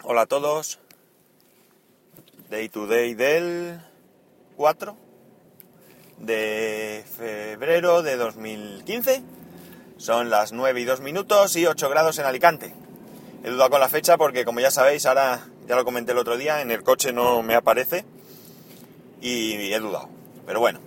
Hola a todos. Day to day del 4 de febrero de 2015. Son las 9:02 y 8 grados en Alicante. He dudado con la fecha porque, como ya sabéis, ahora ya lo comenté el otro día, en el coche no me aparece y he dudado. Pero bueno.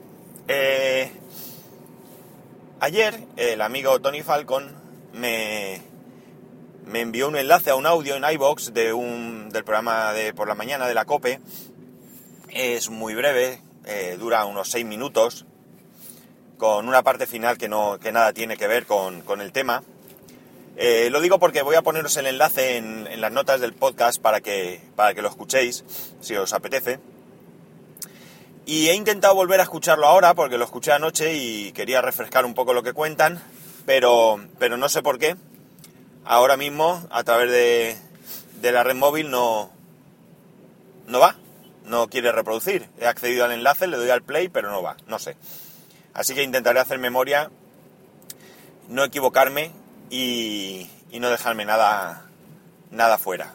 Ayer el amigo Tony Falcon me envió un enlace a un audio en iVoox del programa de por la mañana de la COPE. Es muy breve, dura unos 6 minutos, con una parte final que nada tiene que ver con el tema. Lo digo porque voy a poneros el enlace en las notas del podcast para que lo escuchéis, si os apetece. Y he intentado volver a escucharlo ahora, porque lo escuché anoche y quería refrescar un poco lo que cuentan, pero no sé por qué. Ahora mismo, a través de la red móvil, no va, no quiere reproducir. He accedido al enlace, le doy al play, pero no va, no sé. Así que intentaré hacer memoria, no equivocarme y no dejarme nada fuera.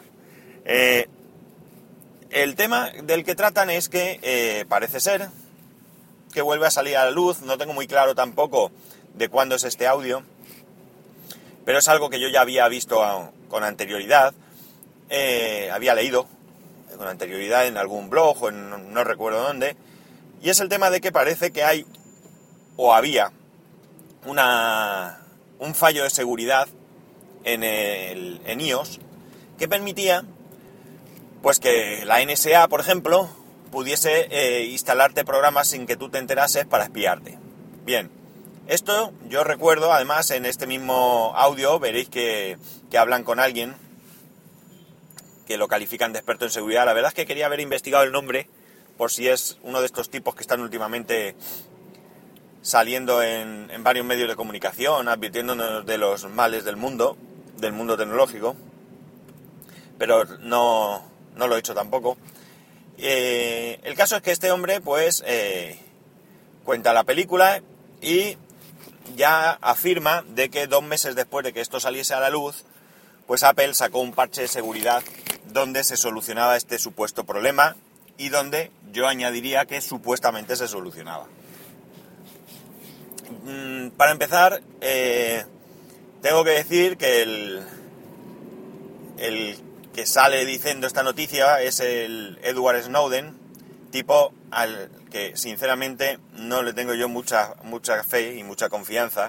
El tema del que tratan es que parece ser que vuelve a salir a la luz. No tengo muy claro tampoco de cuándo es este audio, pero es algo que yo ya había visto con anterioridad, había leído con anterioridad en algún blog o no recuerdo dónde, y es el tema de que parece que hay o había un fallo de seguridad en iOS que permitía pues que la NSA, por ejemplo, pudiese instalarte programas sin que tú te enterases para espiarte. Bien, esto yo recuerdo, además en este mismo audio veréis que hablan con alguien que lo califican de experto en seguridad. La verdad es que quería haber investigado el nombre por si es uno de estos tipos que están últimamente saliendo en varios medios de comunicación, advirtiéndonos de los males del mundo tecnológico, pero no lo he hecho tampoco. El caso es que este hombre pues cuenta la película y ya afirma de que 2 meses después de que esto saliese a la luz, pues Apple sacó un parche de seguridad donde se solucionaba este supuesto problema y donde yo añadiría que supuestamente se solucionaba. Para empezar, tengo que decir que el que sale diciendo esta noticia es el Edward Snowden, tipo al que sinceramente no le tengo yo mucha fe y mucha confianza,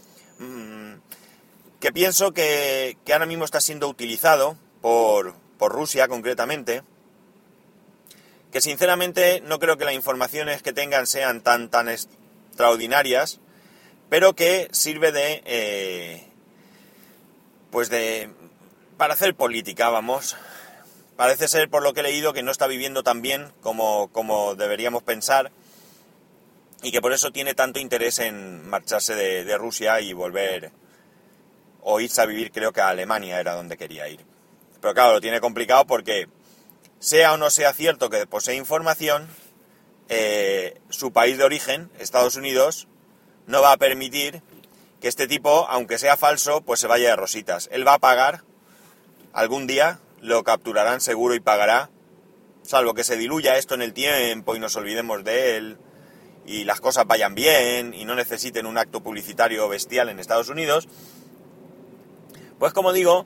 que pienso que ahora mismo está siendo utilizado por Rusia concretamente, que sinceramente no creo que las informaciones que tengan sean tan extraordinarias, pero que sirve para hacer política, vamos. Parece ser, por lo que he leído, que no está viviendo tan bien como deberíamos pensar y que por eso tiene tanto interés en marcharse de Rusia y volver o irse a vivir, creo que a Alemania era donde quería ir. Pero claro, lo tiene complicado porque, sea o no sea cierto que posee información, su país de origen, Estados Unidos, no va a permitir que este tipo, aunque sea falso, pues se vaya de rositas. Él va a pagar, algún día lo capturarán seguro y pagará, salvo que se diluya esto en el tiempo y nos olvidemos de él y las cosas vayan bien y no necesiten un acto publicitario bestial en Estados Unidos. Pues como digo,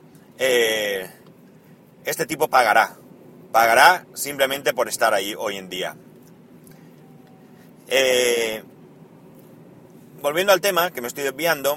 este tipo pagará simplemente por estar ahí hoy en día. Volviendo al tema, que me estoy desviando,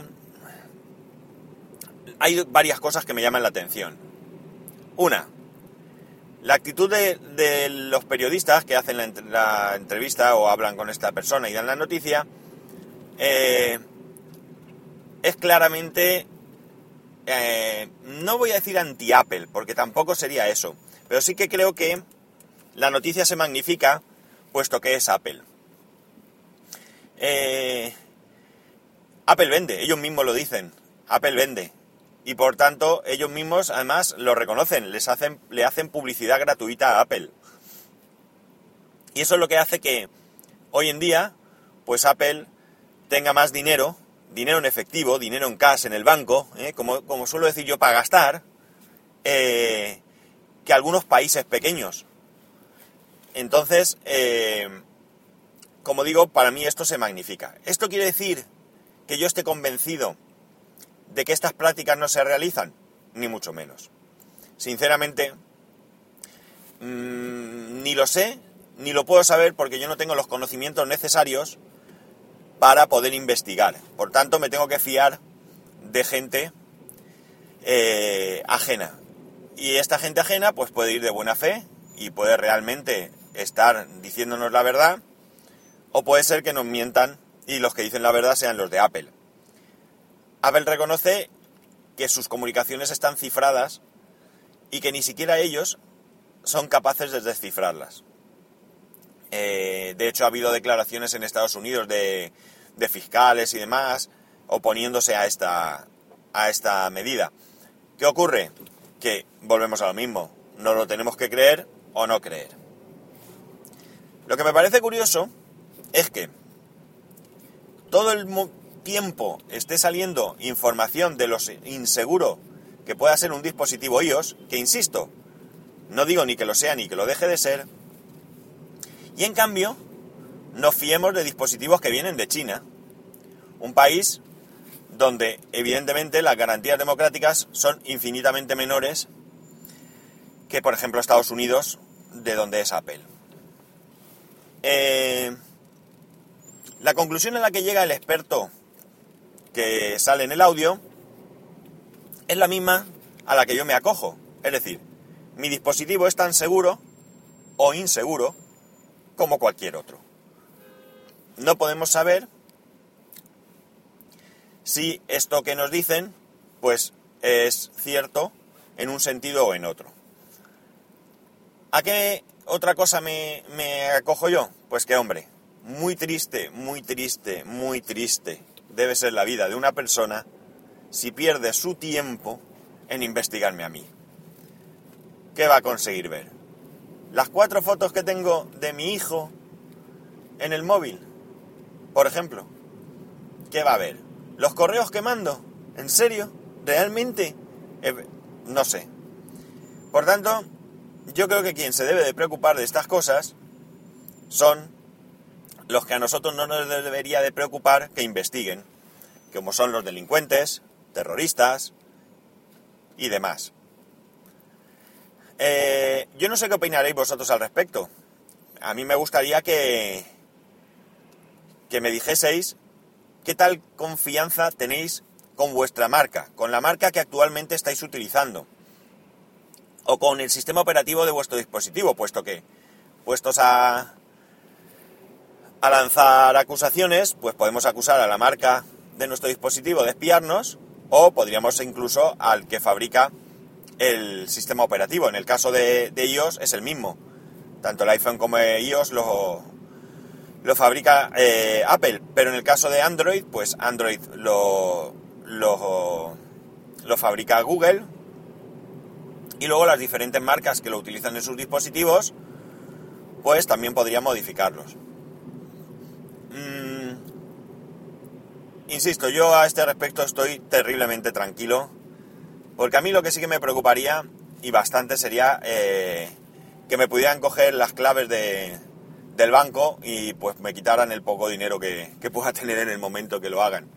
hay varias cosas que me llaman la atención. Una, la actitud de los periodistas que hacen la entrevista o hablan con esta persona y dan la noticia, es claramente, no voy a decir anti-Apple, porque tampoco sería eso, pero sí que creo que la noticia se magnifica, puesto que es Apple. Apple vende, ellos mismos lo dicen, Apple vende. Y por tanto, ellos mismos además lo reconocen, le hacen publicidad gratuita a Apple. Y eso es lo que hace que hoy en día, pues Apple tenga más dinero en efectivo, dinero en cash en el banco, como suelo decir yo, para gastar, que algunos países pequeños. Entonces, como digo, para mí esto se magnifica. ¿Esto quiere decir que yo esté convencido de que estas prácticas no se realizan? Ni mucho menos. Sinceramente, ni lo sé, ni lo puedo saber porque yo no tengo los conocimientos necesarios para poder investigar. Por tanto, me tengo que fiar de gente ajena. Y esta gente ajena pues puede ir de buena fe y puede realmente estar diciéndonos la verdad, o puede ser que nos mientan y los que dicen la verdad sean los de Apple. Apple reconoce que sus comunicaciones están cifradas y que ni siquiera ellos son capaces de descifrarlas. De hecho, ha habido declaraciones en Estados Unidos de fiscales y demás oponiéndose a esta medida. ¿Qué ocurre? Que volvemos a lo mismo. No lo tenemos que creer o no creer. Lo que me parece curioso es que todo el tiempo esté saliendo información de lo inseguro que pueda ser un dispositivo iOS, que insisto, no digo ni que lo sea ni que lo deje de ser, y en cambio nos fiemos de dispositivos que vienen de China, un país donde evidentemente las garantías democráticas son infinitamente menores que, por ejemplo, Estados Unidos, de donde es Apple. La conclusión a la que llega el experto que sale en el audio es la misma a la que yo me acojo. Es decir, mi dispositivo es tan seguro o inseguro como cualquier otro. No podemos saber si esto que nos dicen pues es cierto en un sentido o en otro. ¿A qué otra cosa me acojo yo? Pues que, hombre, muy triste debe ser la vida de una persona si pierde su tiempo en investigarme a mí. ¿Qué va a conseguir ver? Las 4 fotos que tengo de mi hijo en el móvil, por ejemplo. ¿Qué va a ver? ¿Los correos que mando? ¿En serio? ¿Realmente? No sé. Por tanto, yo creo que quien se debe de preocupar de estas cosas son los que a nosotros no nos debería de preocupar que investiguen, como son los delincuentes, terroristas y demás. Yo no sé qué opinaréis vosotros al respecto. A mí me gustaría que me dijeseis qué tal confianza tenéis con vuestra marca, con la marca que actualmente estáis utilizando, o con el sistema operativo de vuestro dispositivo, puesto que, puestos a lanzar acusaciones, pues podemos acusar a la marca de nuestro dispositivo de espiarnos, o podríamos incluso al que fabrica el sistema operativo. En el caso de iOS es el mismo. Tanto el iPhone como el iOS lo fabrica Apple, pero en el caso de Android, pues Android lo fabrica Google, y luego las diferentes marcas que lo utilizan en sus dispositivos, pues también podrían modificarlos. Insisto, yo a este respecto estoy terriblemente tranquilo, porque a mí lo que sí que me preocuparía, y bastante, sería que me pudieran coger las claves del banco y pues me quitaran el poco dinero que pueda tener en el momento que lo hagan.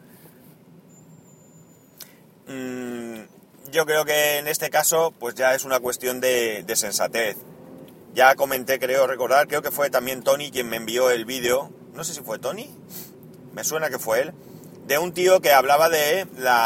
Yo creo que en este caso pues ya es una cuestión de sensatez. Ya comenté, creo que fue también Tony quien me envió el vídeo, no sé si fue Tony, me suena que fue él, de un tío que hablaba de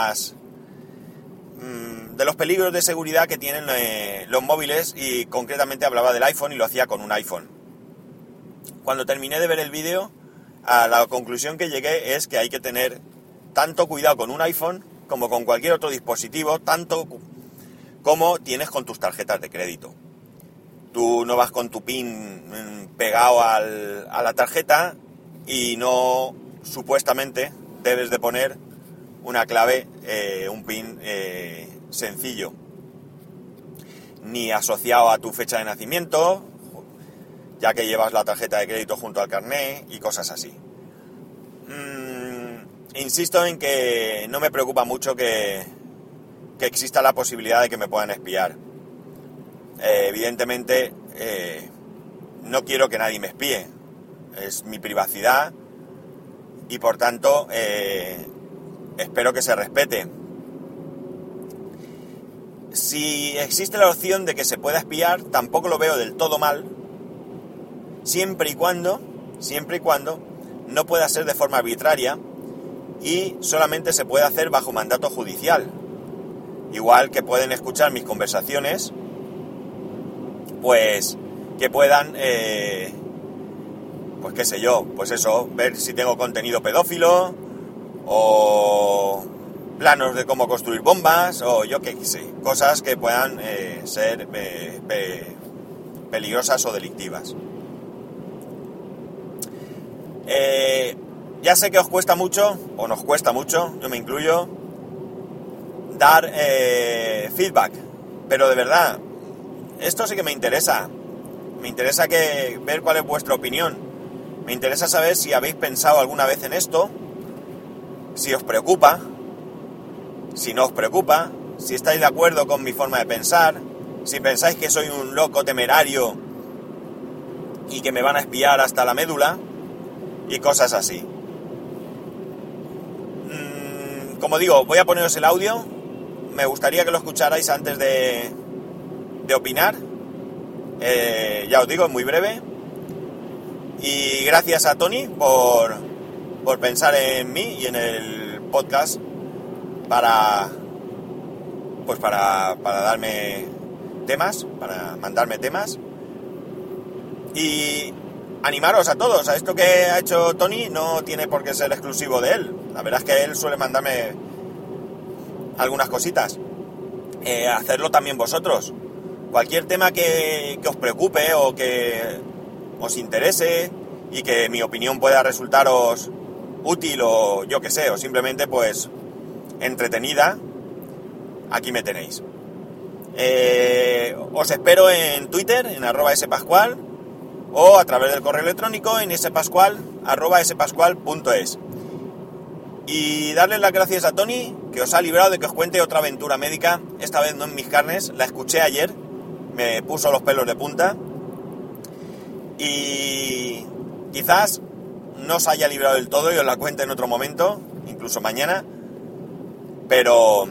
los peligros de seguridad que tienen los móviles, y concretamente hablaba del iPhone y lo hacía con un iPhone. Cuando terminé de ver el vídeo, a la conclusión que llegué es que hay que tener tanto cuidado con un iPhone como con cualquier otro dispositivo, tanto como tienes con tus tarjetas de crédito. Tú no vas con tu PIN pegado a la tarjeta y no, supuestamente, debes de poner una clave, un PIN sencillo, ni asociado a tu fecha de nacimiento, ya que llevas la tarjeta de crédito junto al carné y cosas así. Insisto en que no me preocupa mucho que exista la posibilidad de que me puedan espiar. evidentemente no quiero que nadie me espíe. Es mi privacidad y por tanto espero que se respete. Si existe la opción de que se pueda espiar, tampoco lo veo del todo mal, siempre y cuando no pueda ser de forma arbitraria y solamente se puede hacer bajo mandato judicial. Igual que pueden escuchar mis conversaciones, pues que puedan, pues qué sé yo, pues eso, ver si tengo contenido pedófilo o planos de cómo construir bombas o yo qué sé, cosas que puedan ser peligrosas o delictivas. Ya sé que os cuesta mucho, o nos cuesta mucho, yo me incluyo, dar feedback, pero de verdad, esto sí que me interesa ver cuál es vuestra opinión, me interesa saber si habéis pensado alguna vez en esto, si os preocupa, si no os preocupa, si estáis de acuerdo con mi forma de pensar, si pensáis que soy un loco temerario y que me van a espiar hasta la médula y cosas así. Como digo, voy a poneros el audio, me gustaría que lo escucharais antes de opinar, ya os digo, es muy breve, y gracias a Tony por pensar en mí y en el podcast para darme temas, para mandarme temas, y animaros a todos, a esto que ha hecho Tony no tiene por qué ser exclusivo de él, la verdad es que él suele mandarme algunas cositas, hacerlo también vosotros, cualquier tema que os preocupe o que os interese y que mi opinión pueda resultaros útil o yo que sé, o simplemente pues entretenida, aquí me tenéis. Os espero en Twitter, en @spascual, o a través del correo electrónico en spascual@spascual.es. Y darle las gracias a Tony, que os ha librado de que os cuente otra aventura médica, esta vez no en mis carnes, la escuché ayer, me puso los pelos de punta, y quizás no os haya librado del todo y os la cuente en otro momento, incluso mañana, pero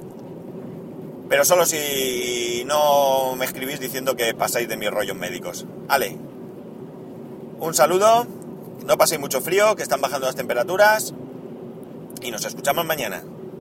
solo si no me escribís diciendo que pasáis de mis rollos médicos. Ale, un saludo, no paséis mucho frío, que están bajando las temperaturas, y nos escuchamos mañana.